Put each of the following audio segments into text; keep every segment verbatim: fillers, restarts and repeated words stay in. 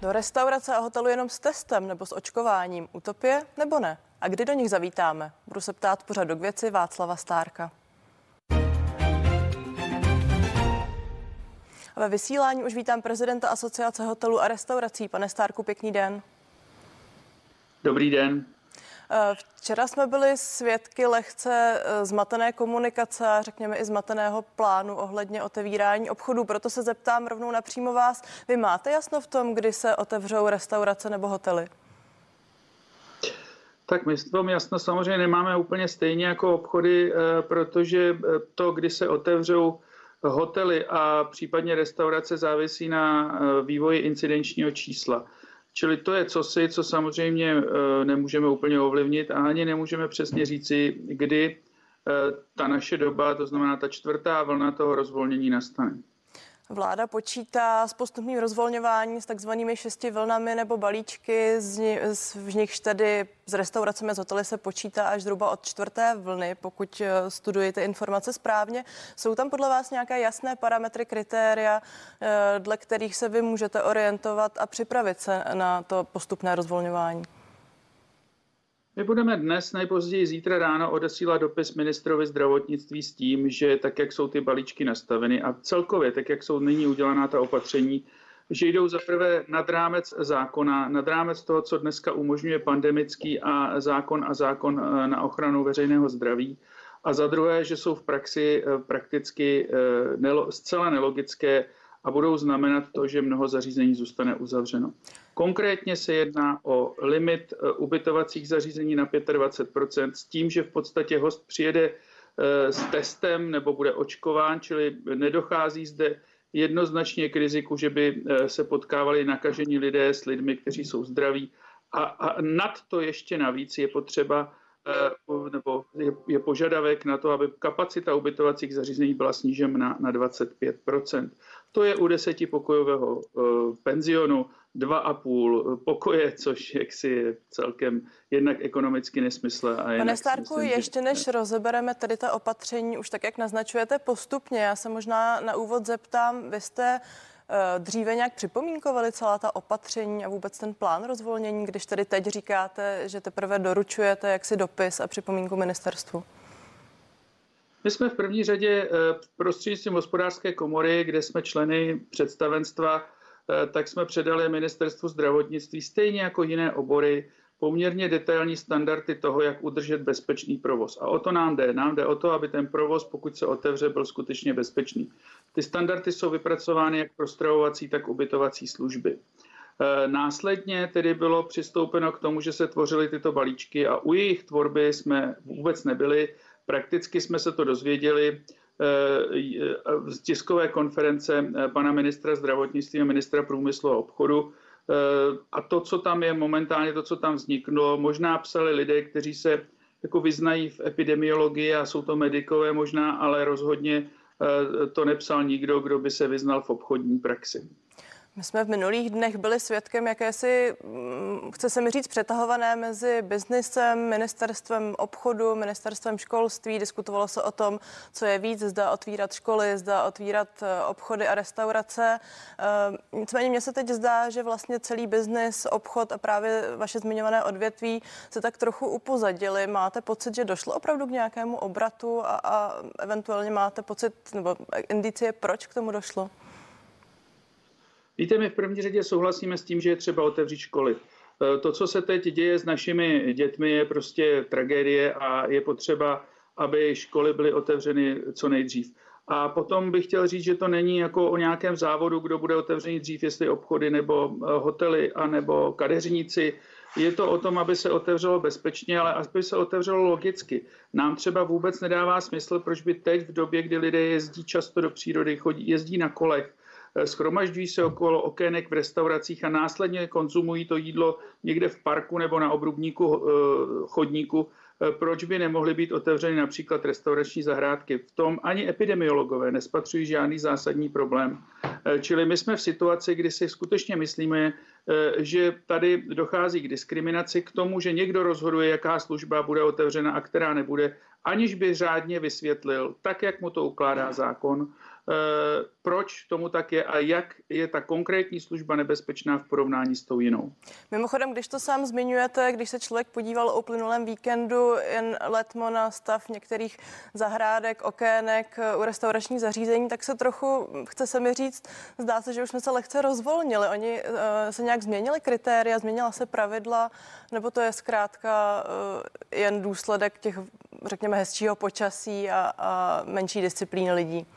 Do restaurace a hotelu jenom s testem nebo s očkováním? Utopie nebo ne? A kdy do nich zavítáme? Budu se ptát pořadu k věci Václava Stárka. A ve vysílání už vítám prezidenta Asociace hotelů a restaurací. Pane Stárku, pěkný den. Dobrý den. Včera jsme byli svědky lehce zmatené komunikace a řekněme i zmateného plánu ohledně otevírání obchodů. Proto se zeptám rovnou napřímo vás. Vy máte jasno v tom, kdy se otevřou restaurace nebo hotely? Tak my s tom jasno samozřejmě nemáme úplně stejně jako obchody, protože to, kdy se otevřou hotely a případně restaurace, závisí na vývoji incidenčního čísla. Čili to je cosi, co samozřejmě nemůžeme úplně ovlivnit a ani nemůžeme přesně říci, kdy ta naše doba, to znamená ta čtvrtá vlna toho rozvolnění nastane. Vláda počítá s postupným rozvolňováním s takzvanými šesti vlnami nebo balíčky, z, ni, z v nichž tedy s restauracemi a z hotely se počítá až zhruba od čtvrté vlny, pokud studuji ty informace správně. Jsou tam podle vás nějaké jasné parametry, kritéria, dle kterých se vy můžete orientovat a připravit se na to postupné rozvolňování? My budeme dnes, nejpozději zítra ráno, odesílat dopis ministrovi zdravotnictví s tím, že tak, jak jsou ty balíčky nastaveny a celkově, tak, jak jsou nyní udělaná ta opatření, že jdou zaprvé nad rámec zákona, nad rámec toho, co dneska umožňuje pandemický a zákon a zákon na ochranu veřejného zdraví. A za druhé, že jsou v praxi prakticky nelo, zcela nelogické a budou znamenat to, že mnoho zařízení zůstane uzavřeno. Konkrétně se jedná o limit ubytovacích zařízení na dvacet pět procent s tím, že v podstatě host přijede s testem nebo bude očkován, čili nedochází zde jednoznačně k riziku, že by se potkávali nakažení lidé s lidmi, kteří jsou zdraví. A, a nad to ještě navíc je potřeba nebo je, je požadavek na to, aby kapacita ubytovacích zařízení byla snížena na dvacet pět procent. To je u desetipokojového uh, penzionu dva a půl pokoje, což jaksi je celkem jednak ekonomicky nesmysl. A Pane Stárku, ještě než rozebereme tedy ta opatření, už tak, jak naznačujete postupně, já se možná na úvod zeptám, vy jste uh, dříve nějak připomínkovali celá ta opatření a vůbec ten plán rozvolnění, když tedy teď říkáte, že teprve doručujete jaksi dopis a připomínku ministerstvu? My jsme v první řadě prostřednictvím hospodářské komory, kde jsme členy představenstva, tak jsme předali ministerstvu zdravotnictví stejně jako jiné obory poměrně detailní standardy toho, jak udržet bezpečný provoz. A o to nám jde. Nám jde o to, aby ten provoz, pokud se otevře, byl skutečně bezpečný. Ty standardy jsou vypracovány jak pro stravovací, tak ubytovací služby. Následně tedy bylo přistoupeno k tomu, že se tvořily tyto balíčky a u jejich tvorby jsme vůbec nebyli. Prakticky jsme se to dozvěděli z tiskové konference pana ministra zdravotnictví a ministra průmyslu a obchodu. A to, co tam je momentálně, to, co tam vzniklo, možná psali lidé, kteří se jako vyznají v epidemiologii a jsou to medikové možná, ale rozhodně to nepsal nikdo, kdo by se vyznal v obchodní praxi. My jsme v minulých dnech byli svědkem jakési, chce se mi říct, přetahované mezi biznisem, ministerstvem obchodu, ministerstvem školství. Diskutovalo se o tom, co je víc, zda otvírat školy, zda otvírat obchody a restaurace. Nicméně mně se teď zdá, že vlastně celý biznis, obchod a právě vaše zmiňované odvětví se tak trochu upozadili. Máte pocit, že došlo opravdu k nějakému obratu a, a eventuálně máte pocit nebo indicie, proč k tomu došlo? Víte, my v první řadě souhlasíme s tím, že je třeba otevřít školy. To, co se teď děje s našimi dětmi, je prostě tragédie a je potřeba, aby školy byly otevřeny co nejdřív. A potom bych chtěl říct, že to není jako o nějakém závodu, kdo bude otevřený dřív, jestli obchody nebo hotely a nebo kadeřníci. Je to o tom, aby se otevřelo bezpečně, ale aby se otevřelo logicky. Nám třeba vůbec nedává smysl, proč by teď v době, kdy lidé jezdí často do přírody, chodí, jezdí na kolech, shromažďují se okolo okének v restauracích a následně konzumují to jídlo někde v parku nebo na obrubníku chodníku. Proč by nemohly být otevřeny například restaurační zahrádky? V tom ani epidemiologové nespatřují žádný zásadní problém. Čili my jsme v situaci, kdy si skutečně myslíme, že tady dochází k diskriminaci, k tomu, že někdo rozhoduje, jaká služba bude otevřena a která nebude, aniž by řádně vysvětlil, tak jak mu to ukládá zákon, proč tomu tak je a jak je ta konkrétní služba nebezpečná v porovnání s tou jinou. Mimochodem, když to sám zmiňujete, když se člověk podíval o uplynulém víkendu jen letmo na stav některých zahrádek, okének u restauračních zařízení, tak se trochu, chce se mi říct, zdá se, že už jsme se lehce rozvolnili. Oni uh, se nějak změnili kritéria, změnila se pravidla, nebo to je zkrátka uh, jen důsledek těch, řekněme, hezčího počasí a, a menší disciplíny lidí?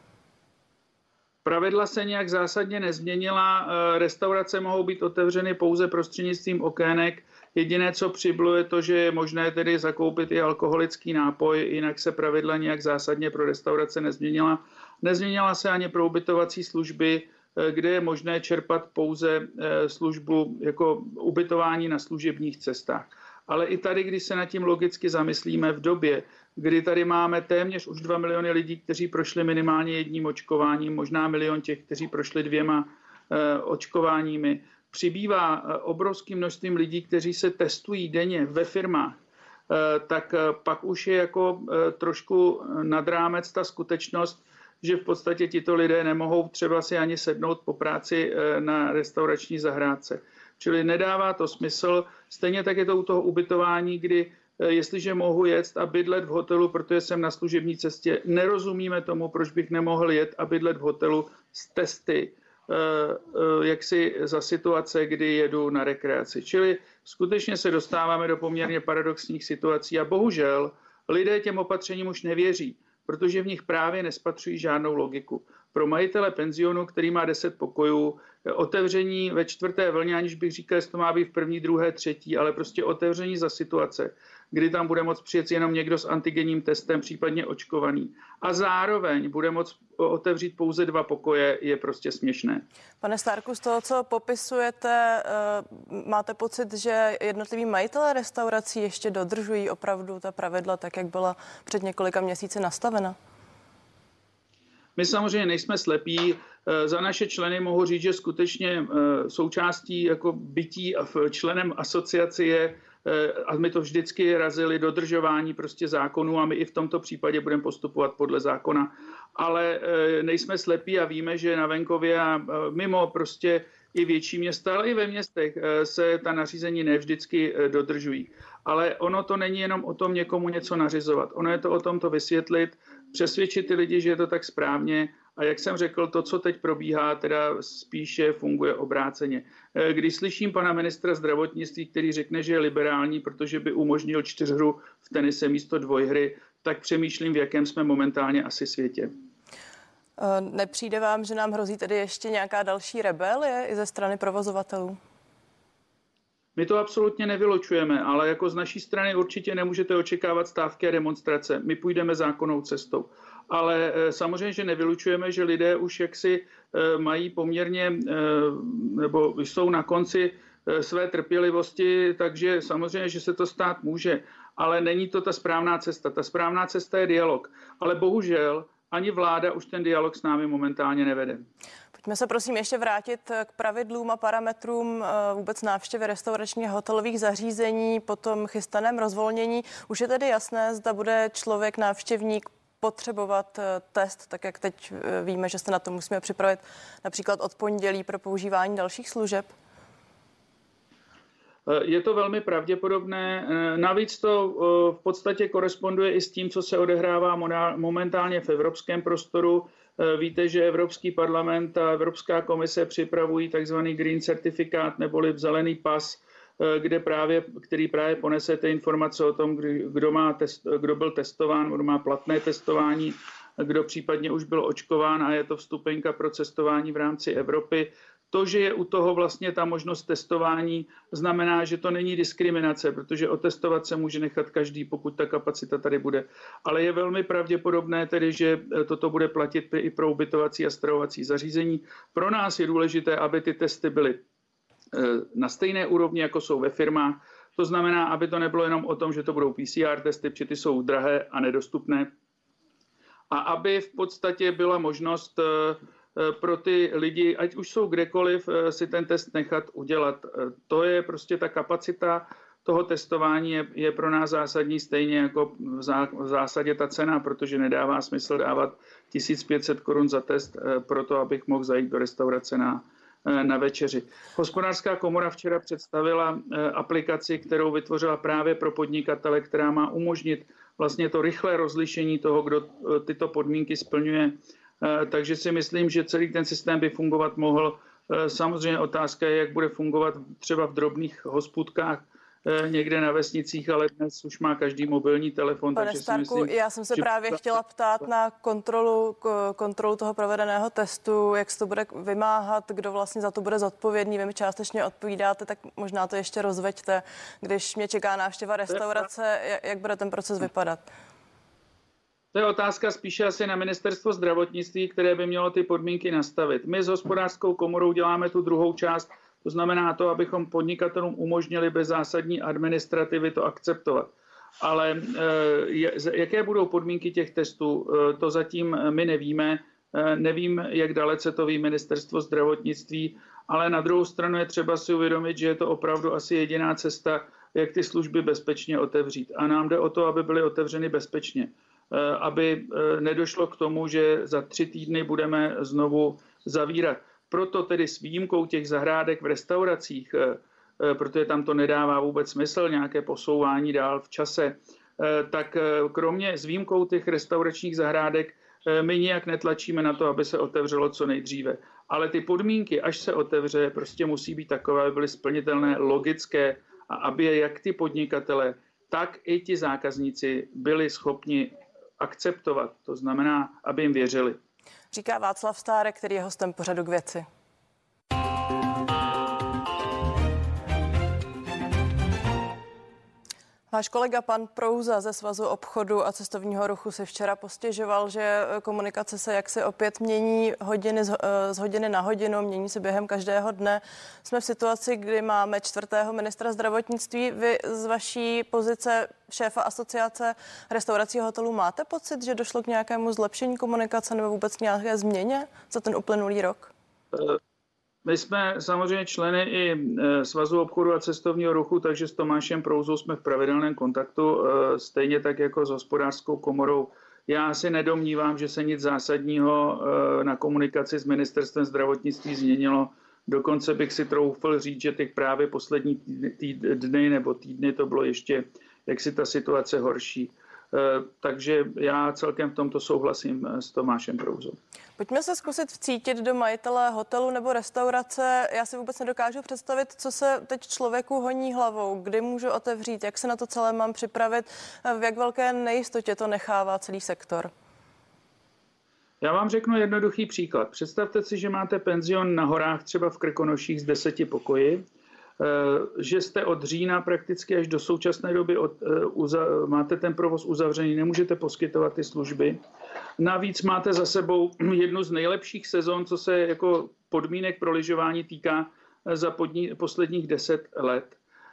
Pravidla se nějak zásadně nezměnila, restaurace mohou být otevřeny pouze prostřednictvím okének. Jediné, co přibylo, je to, že je možné tedy zakoupit i alkoholický nápoj, jinak se pravidla nějak zásadně pro restaurace nezměnila. Nezměnila se ani pro ubytovací služby, kde je možné čerpat pouze službu jako ubytování na služebních cestách. Ale i tady, když se nad tím logicky zamyslíme v době, kdy tady máme téměř už dva miliony lidí, kteří prošli minimálně jedním očkováním, možná milion těch, kteří prošli dvěma e, očkováními, přibývá obrovským množstvím lidí, kteří se testují denně ve firmách, e, tak pak už je jako e, trošku nad rámec ta skutečnost, že v podstatě tito lidé nemohou třeba si ani sednout po práci e, na restaurační zahrádce. Čili nedává to smysl. Stejně tak je to u toho ubytování, kdy jestliže mohu jet a bydlet v hotelu, protože jsem na služební cestě, nerozumíme tomu, proč bych nemohl jet a bydlet v hotelu s testy, jaksi za situace, kdy jedu na rekreaci. Čili skutečně se dostáváme do poměrně paradoxních situací a bohužel lidé těm opatřením už nevěří, protože v nich právě nespatřují žádnou logiku. Pro majitele penzionu, který má deset pokojů, otevření ve čtvrté vlně, aniž bych říkal, že to má být v první, druhé, třetí, ale prostě otevření za situace, kdy tam bude moct přijet jenom někdo s antigenním testem, případně očkovaný. A zároveň bude moct otevřít pouze dva pokoje, je prostě směšné. Pane Stárku, z toho, co popisujete, máte pocit, že jednotliví majitelé restaurací ještě dodržují opravdu ta pravidla tak, jak byla před několika měsíci nastavena? My samozřejmě nejsme slepí. Za naše členy mohu říct, že skutečně součástí jako bytí a členem asociace je, a my to vždycky razili, dodržování prostě zákonů a my i v tomto případě budeme postupovat podle zákona. Ale nejsme slepí a víme, že na venkově a mimo prostě i větší města, ale i ve městech se ta nařízení nevždycky dodržují. Ale ono to není jenom o tom někomu něco nařizovat. Ono je to o tom to vysvětlit, přesvědčit ty lidi, že je to tak správně. A jak jsem řekl, to, co teď probíhá, teda spíše funguje obráceně. Když slyším pana ministra zdravotnictví, který řekne, že je liberální, protože by umožnil čtyřhru v tenise místo dvojhry, tak přemýšlím, v jakém jsme momentálně asi světě. Nepřijde vám, že nám hrozí tedy ještě nějaká další rebelie i ze strany provozovatelů? My to absolutně nevylučujeme, ale jako z naší strany určitě nemůžete očekávat stávky a demonstrace. My půjdeme zákonnou cestou. Ale samozřejmě, že nevylučujeme, že lidé už jaksi mají poměrně, nebo jsou na konci své trpělivosti, takže samozřejmě, že se to stát může. Ale není to ta správná cesta. Ta správná cesta je dialog. Ale bohužel ani vláda už ten dialog s námi momentálně nevede. Pojďme se prosím ještě vrátit k pravidlům a parametrům vůbec návštěvy restauračních a hotelových zařízení po tom chystaném rozvolnění. Už je tedy jasné, zda bude člověk, návštěvník, potřebovat test, tak jak teď víme, že se na to musíme připravit například od pondělí pro používání dalších služeb? Je to velmi pravděpodobné. Navíc to v podstatě koresponduje i s tím, co se odehrává momentálně v evropském prostoru. Víte, že Evropský parlament a Evropská komise připravují takzvaný green certifikát neboli zelený pas, kde právě, který právě ponese ty informace o tom, kdo, má test, kdo byl testován, kdo má platné testování, kdo případně už byl očkován a je to vstupenka pro cestování v rámci Evropy. To, že je u toho vlastně ta možnost testování, znamená, že to není diskriminace, protože otestovat se může nechat každý, pokud ta kapacita tady bude. Ale je velmi pravděpodobné tedy, že toto bude platit i pro ubytovací a stravovací zařízení. Pro nás je důležité, aby ty testy byly na stejné úrovni, jako jsou ve firmách. To znamená, aby to nebylo jenom o tom, že to budou P C R testy, protože ty jsou drahé a nedostupné. A aby v podstatě byla možnost pro ty lidi, ať už jsou kdekoliv, si ten test nechat udělat. To je prostě ta kapacita toho testování je, je pro nás zásadní, stejně jako v, zá, v zásadě ta cena, protože nedává smysl dávat tisíc pět set korun za test pro to, abych mohl zajít do restaurace na, na večeři. Hospodářská komora včera představila aplikaci, kterou vytvořila právě pro podnikatele, která má umožnit vlastně to rychlé rozlišení toho, kdo tyto podmínky splňuje. Takže si myslím, že celý ten systém by fungovat mohl. Samozřejmě otázka je, jak bude fungovat třeba v drobných hospůdkách, někde na vesnicích, ale dnes už má každý mobilní telefon. Pane takže Starku, si myslím, já jsem se že... právě chtěla ptát na kontrolu, kontrolu toho provedeného testu, jak se to bude vymáhat, kdo vlastně za to bude zodpovědný. Vy mi částečně odpovídáte, tak možná to ještě rozveďte. Když mě čeká návštěva restaurace, jak bude ten proces vypadat? To je otázka spíše asi na ministerstvo zdravotnictví, které by mělo ty podmínky nastavit. My s hospodářskou komorou děláme tu druhou část, to znamená to, abychom podnikatelům umožnili bez zásadní administrativy to akceptovat. Ale jaké budou podmínky těch testů, to zatím my nevíme. Nevím, jak dalece to ví ministerstvo zdravotnictví, ale na druhou stranu je třeba si uvědomit, že je to opravdu asi jediná cesta, jak ty služby bezpečně otevřít. A nám jde o to, aby byly otevřeny bezpečně. Aby nedošlo k tomu, že za tři týdny budeme znovu zavírat. Proto tedy s výjimkou těch zahrádek v restauracích, protože tam to nedává vůbec smysl, nějaké posouvání dál v čase, tak kromě s výjimkou těch restauračních zahrádek my nijak netlačíme na to, aby se otevřelo co nejdříve. Ale ty podmínky, až se otevře, prostě musí být takové, aby byly splnitelné, logické a aby je jak ty podnikatele, tak i ti zákazníci byli schopni akceptovat. To znamená, aby jim věřili. Říká Václav Stárek, který je hostem pořadu K věci. Váš kolega pan Prouza ze Svazu obchodu a cestovního ruchu si včera postěžoval, že komunikace se jaksi opět mění hodiny z, z hodiny na hodinu, mění se během každého dne. Jsme v situaci, kdy máme čtvrtého ministra zdravotnictví. Vy z vaší pozice šéfa asociace restaurací a hotelů máte pocit, že došlo k nějakému zlepšení komunikace nebo vůbec k nějaké změně za ten uplynulý rok? My jsme samozřejmě členy i Svazu obchodu a cestovního ruchu, takže s Tomášem Prouzou jsme v pravidelném kontaktu, stejně tak jako s hospodářskou komorou. Já si nedomnívám, že se nic zásadního na komunikaci s ministerstvem zdravotnictví změnilo. Dokonce bych si troufl říct, že těch právě poslední dny nebo týdny to bylo ještě, jak si ta situace horší. Takže já celkem v tomto souhlasím s Tomášem Prouzou. Pojďme se zkusit vcítit do majitele hotelu nebo restaurace. Já si vůbec nedokážu představit, co se teď člověku honí hlavou, kdy můžu otevřít, jak se na to celé mám připravit, v jak velké nejistotě to nechává celý sektor. Já vám řeknu jednoduchý příklad. Představte si, že máte penzion na horách třeba v Krkonoších z deseti pokoji, že jste od října prakticky až do současné doby od, uza, máte ten provoz uzavřený, nemůžete poskytovat ty služby. Navíc máte za sebou jednu z nejlepších sezon, co se jako podmínek pro lyžování týká za podní, posledních deset let.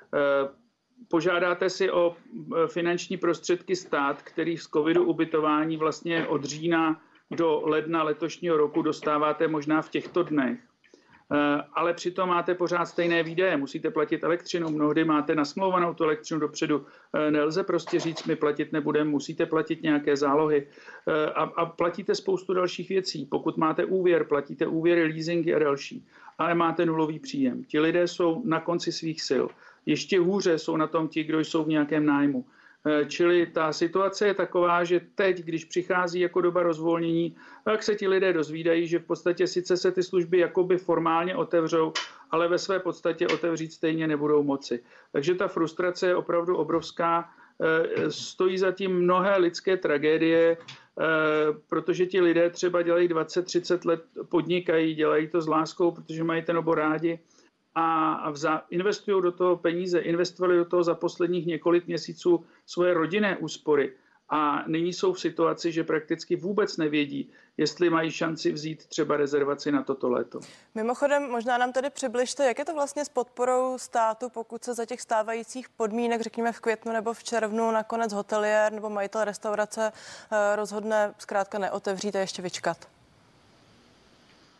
Požádáte si o finanční prostředky stát, který z covidu ubytování vlastně od října do ledna letošního roku dostáváte možná v těchto dnech. Ale přitom máte pořád stejné výdaje. Musíte platit elektřinu, mnohdy máte nasmlouvanou tu elektřinu dopředu. Nelze prostě říct, my platit nebudeme, musíte platit nějaké zálohy a, a platíte spoustu dalších věcí. Pokud máte úvěr, platíte úvěry, leasingy a další, ale máte nulový příjem. Ti lidé jsou na konci svých sil. Ještě hůře jsou na tom ti, kdo jsou v nějakém nájmu. Čili ta situace je taková, že teď, když přichází jako doba rozvolnění, tak se ti lidé dozvídají, že v podstatě sice se ty služby jakoby formálně otevřou, ale ve své podstatě otevřít stejně nebudou moci. Takže ta frustrace je opravdu obrovská. Stojí za tím mnohé lidské tragédie, protože ti lidé třeba dělají dvacet třicet let, podnikají, dělají to s láskou, protože mají ten obor rádi. A investují do toho peníze, investovali do toho za posledních několik měsíců svoje rodinné úspory a nyní jsou v situaci, že prakticky vůbec nevědí, jestli mají šanci vzít třeba rezervaci na toto léto. Mimochodem, možná nám tedy přibližte, jak je to vlastně s podporou státu, pokud se za těch stávajících podmínek, řekněme v květnu nebo v červnu, nakonec hoteliér nebo majitel restaurace rozhodne zkrátka neotevřít a ještě vyčkat?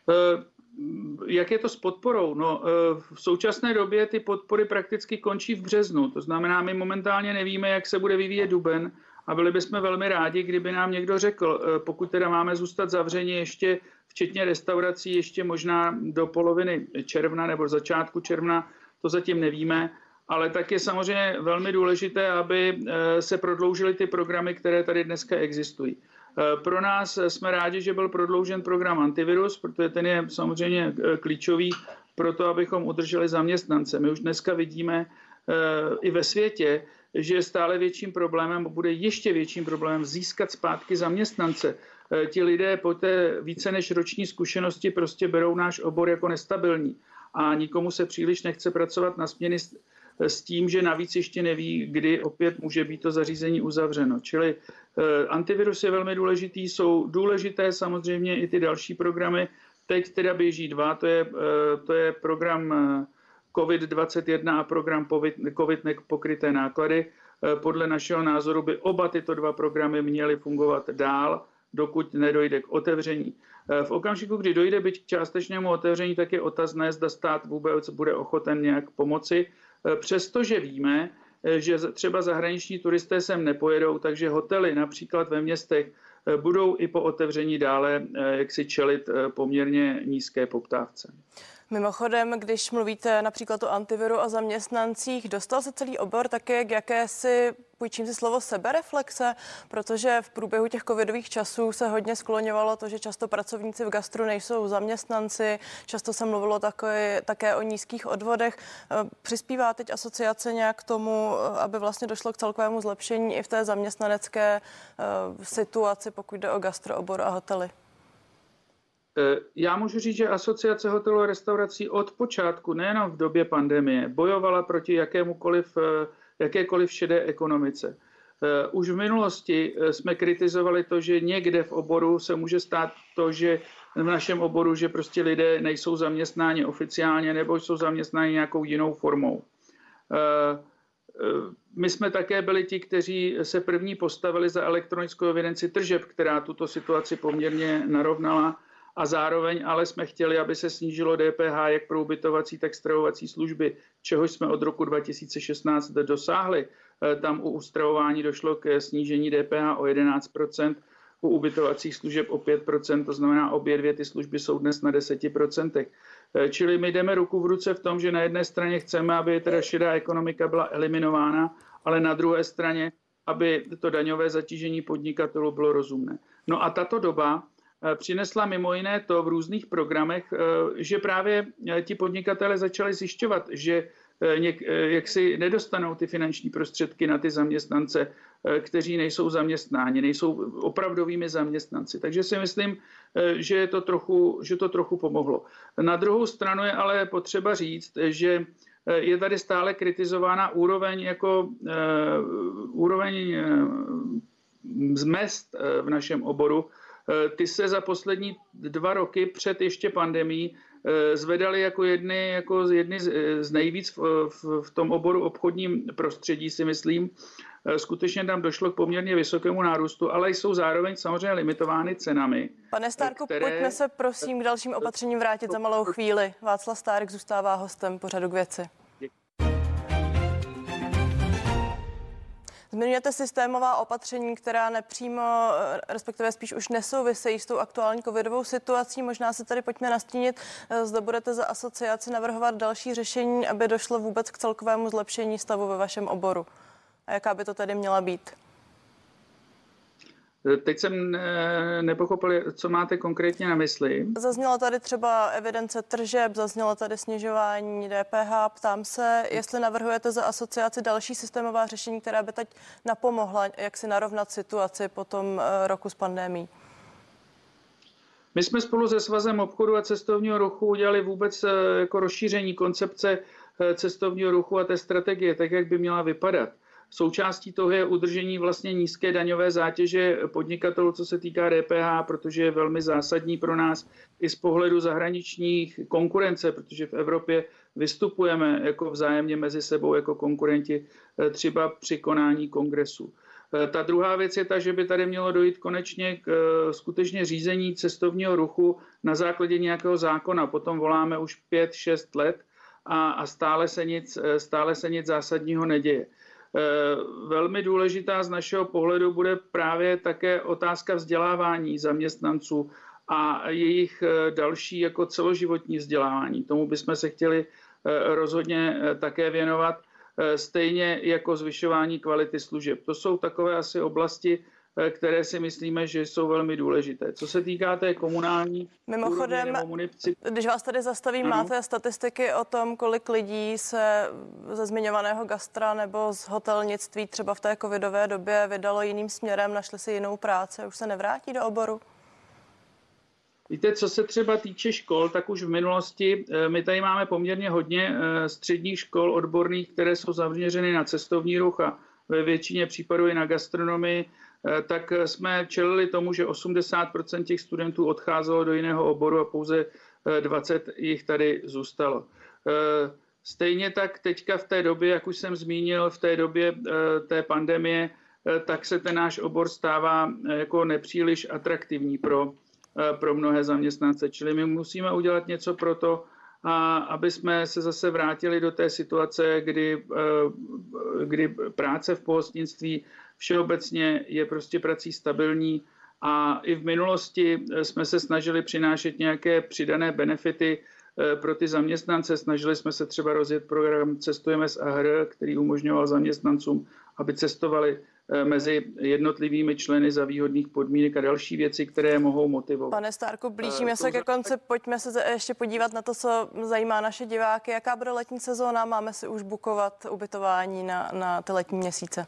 Jak je to s podporou? No, v současné době ty podpory prakticky končí v březnu. To znamená, my momentálně nevíme, jak se bude vyvíjet duben a byli bychom velmi rádi, kdyby nám někdo řekl, pokud teda máme zůstat zavřeni ještě, včetně restaurací, ještě možná do poloviny června nebo začátku června, to zatím nevíme, ale tak je samozřejmě velmi důležité, aby se prodloužily ty programy, které tady dneska existují. Pro nás jsme rádi, že byl prodloužen program Antivirus, protože ten je samozřejmě klíčový pro to, abychom udrželi zaměstnance. My už dneska vidíme i ve světě, že je stále větším problémem, bude ještě větším problémem získat zpátky zaměstnance. Ti lidé po té více než roční zkušenosti prostě berou náš obor jako nestabilní a nikomu se příliš nechce pracovat na směny s tím, že navíc ještě neví, kdy opět může být to zařízení uzavřeno. Čili eh, antivirus je velmi důležitý, jsou důležité samozřejmě i ty další programy. Teď teda běží dva, to je, eh, to je program COVID dvacet jedna a program COVID nepokryté náklady. Eh, podle našeho názoru by oba tyto dva programy měly fungovat dál, dokud nedojde k otevření. Eh, v okamžiku, kdy dojde byť k částečnému otevření, tak je otazné, zda stát vůbec bude ochoten nějak pomoci. Přestože víme, že třeba zahraniční turisté sem nepojedou, takže hotely například ve městech budou i po otevření dále jaksi čelit poměrně nízké poptávce. Mimochodem, když mluvíte například o antiviru a zaměstnancích, dostal se celý obor také k jakési, půjčím si slovo, sebereflexe, protože v průběhu těch covidových časů se hodně skloňovalo to, že často pracovníci v gastru nejsou zaměstnanci, často se mluvilo také, také o nízkých odvodech. Přispívá teď asociace nějak k tomu, aby vlastně došlo k celkovému zlepšení i v té zaměstnanecké situaci, pokud jde o gastroobor a hotely? Já můžu říct, že asociace hotelů a restaurací od počátku, nejenom v době pandemie, bojovala proti jakémukoliv, jakékoliv šedé ekonomice. Už v minulosti jsme kritizovali to, že někde v oboru se může stát to, že v našem oboru, že prostě lidé nejsou zaměstnáni oficiálně nebo jsou zaměstnáni nějakou jinou formou. My jsme také byli ti, kteří se první postavili za elektronickou evidenci tržeb, která tuto situaci poměrně narovnala. A zároveň ale jsme chtěli, aby se snížilo D P H jak pro ubytovací, tak stravovací služby, čehož jsme od roku dva tisíce šestnáct dosáhli. Tam u stravování došlo k snížení D P H o jedenáct procent, u ubytovacích služeb o pět procent, to znamená obě dvě ty služby jsou dnes na deset procent. Čili my jdeme ruku v ruce v tom, že na jedné straně chceme, aby teda šedá ekonomika byla eliminována, ale na druhé straně, aby to daňové zatížení podnikatelů bylo rozumné. No a tato doba přinesla mimo jiné to v různých programech, že právě ti podnikatelé začali zjišťovat, že něk, jak si nedostanou ty finanční prostředky na ty zaměstnance, kteří nejsou zaměstnáni, nejsou opravdovými zaměstnanci. Takže si myslím, že to trochu, že to trochu pomohlo. Na druhou stranu je ale potřeba říct, že je tady stále kritizována úroveň jako uh, úroveň uh, z mezd uh, v našem oboru. Ty se za poslední dva roky před ještě pandemií zvedaly jako jedny, jako jedny z nejvíc v, v, v tom oboru obchodním prostředí, si myslím. Skutečně tam došlo k poměrně vysokému nárůstu, ale jsou zároveň samozřejmě limitovány cenami. Pane Stárku, které... pojďme se prosím k dalším opatřením vrátit za malou chvíli. Václav Stárek zůstává hostem pořadu K věci. Zmiňujete systémová opatření, která nepřímo, respektive spíš už nesouvisejí s tou aktuální covidovou situací. Možná se tady pojďme nastínit, zda budete za asociaci navrhovat další řešení, aby došlo vůbec k celkovému zlepšení stavu ve vašem oboru. A jaká by to tedy měla být? Teď jsem nepochopil, co máte konkrétně na mysli. Zazněla tady třeba evidence tržeb, zaznělo tady snižování D P H. Ptám se, jestli navrhujete za asociaci další systémová řešení, která by teď napomohla, jak si narovnat situaci po tom roku s pandemií. My jsme spolu se Svazem obchodu a cestovního ruchu udělali vůbec jako rozšíření koncepce cestovního ruchu a té strategie, tak jak by měla vypadat. Součástí toho je udržení vlastně nízké daňové zátěže podnikatelů, co se týká D P H, protože je velmi zásadní pro nás i z pohledu zahraničních konkurence, protože v Evropě vystupujeme jako vzájemně mezi sebou jako konkurenti třeba při konání kongresu. Ta druhá věc je ta, že by tady mělo dojít konečně k skutečně řízení cestovního ruchu na základě nějakého zákona. Potom voláme už pět, šest let a, a stále se nic, stále se nic zásadního neděje. Velmi důležitá z našeho pohledu bude právě také otázka vzdělávání zaměstnanců a jejich další jako celoživotní vzdělávání. Tomu bychom se chtěli rozhodně také věnovat, stejně jako zvyšování kvality služeb. To jsou takové asi oblasti, které si myslíme, že jsou velmi důležité. Co se týká té komunální... Mimochodem, munici... když vás tady zastavím, ano. Máte statistiky o tom, kolik lidí se ze zmiňovaného gastra nebo z hotelnictví třeba v té covidové době vydalo jiným směrem, našli si jinou práci a už se nevrátí do oboru? Víte, co se třeba týče škol, tak už v minulosti my tady máme poměrně hodně středních škol odborných, které jsou zaměřeny na cestovní ruch a ve většině případů i na gastronomii, tak jsme čelili tomu, že osmdesát procent těch studentů odcházelo do jiného oboru a pouze dvacet procent jich tady zůstalo. Stejně tak teďka v té době, jak už jsem zmínil, v té době té pandemie, tak se ten náš obor stává jako nepříliš atraktivní pro pro mnohé zaměstnance. Čili my musíme udělat něco pro to, a aby jsme se zase vrátili do té situace, kdy, kdy práce v pohostinství všeobecně je prostě prací stabilní a i v minulosti jsme se snažili přinášet nějaké přidané benefity pro ty zaměstnance. Snažili jsme se třeba rozjet program Cestujeme s A H R, který umožňoval zaměstnancům, aby cestovali mezi jednotlivými členy za výhodných podmínek a další věci, které mohou motivovat. Pane Stárku, blížíme se ke konci. Pojďme se ještě podívat na to, co zajímá naše diváky. Jaká bude letní sezóna? Máme si už bukovat ubytování na, na ty letní měsíce?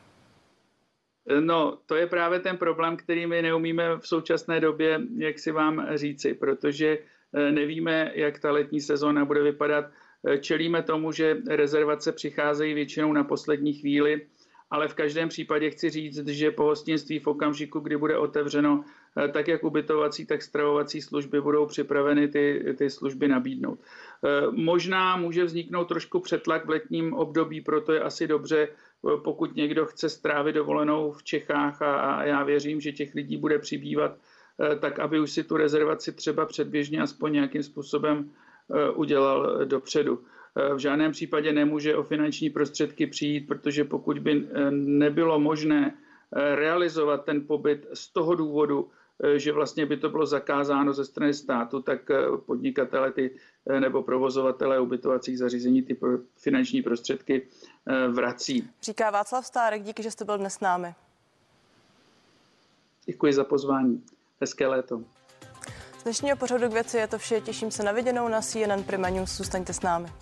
No, to je právě ten problém, který my neumíme v současné době, jak si vám říci, protože nevíme, jak ta letní sezóna bude vypadat. Čelíme tomu, že rezervace přicházejí většinou na poslední chvíli, ale v každém případě chci říct, že pohostinství v okamžiku, kdy bude otevřeno, tak jak ubytovací, tak stravovací služby budou připraveny ty, ty služby nabídnout. Možná může vzniknout trošku přetlak v letním období, proto je asi dobře, pokud někdo chce strávit dovolenou v Čechách a, a já věřím, že těch lidí bude přibývat, tak aby už si tu rezervaci třeba předběžně aspoň nějakým způsobem udělal dopředu. V žádném případě nemůže o finanční prostředky přijít, protože pokud by nebylo možné realizovat ten pobyt z toho důvodu, že vlastně by to bylo zakázáno ze strany státu, tak podnikatele ty, nebo provozovatele ubytovacích zařízení ty finanční prostředky vrací. Říká Václav Stárek, díky, že jste byl dnes s námi. Děkuji za pozvání. Hezké léto. Z dnešního pořadu k věci je to vše. Těším se na viděnou na C N N Prima News. Zůstaňte s námi.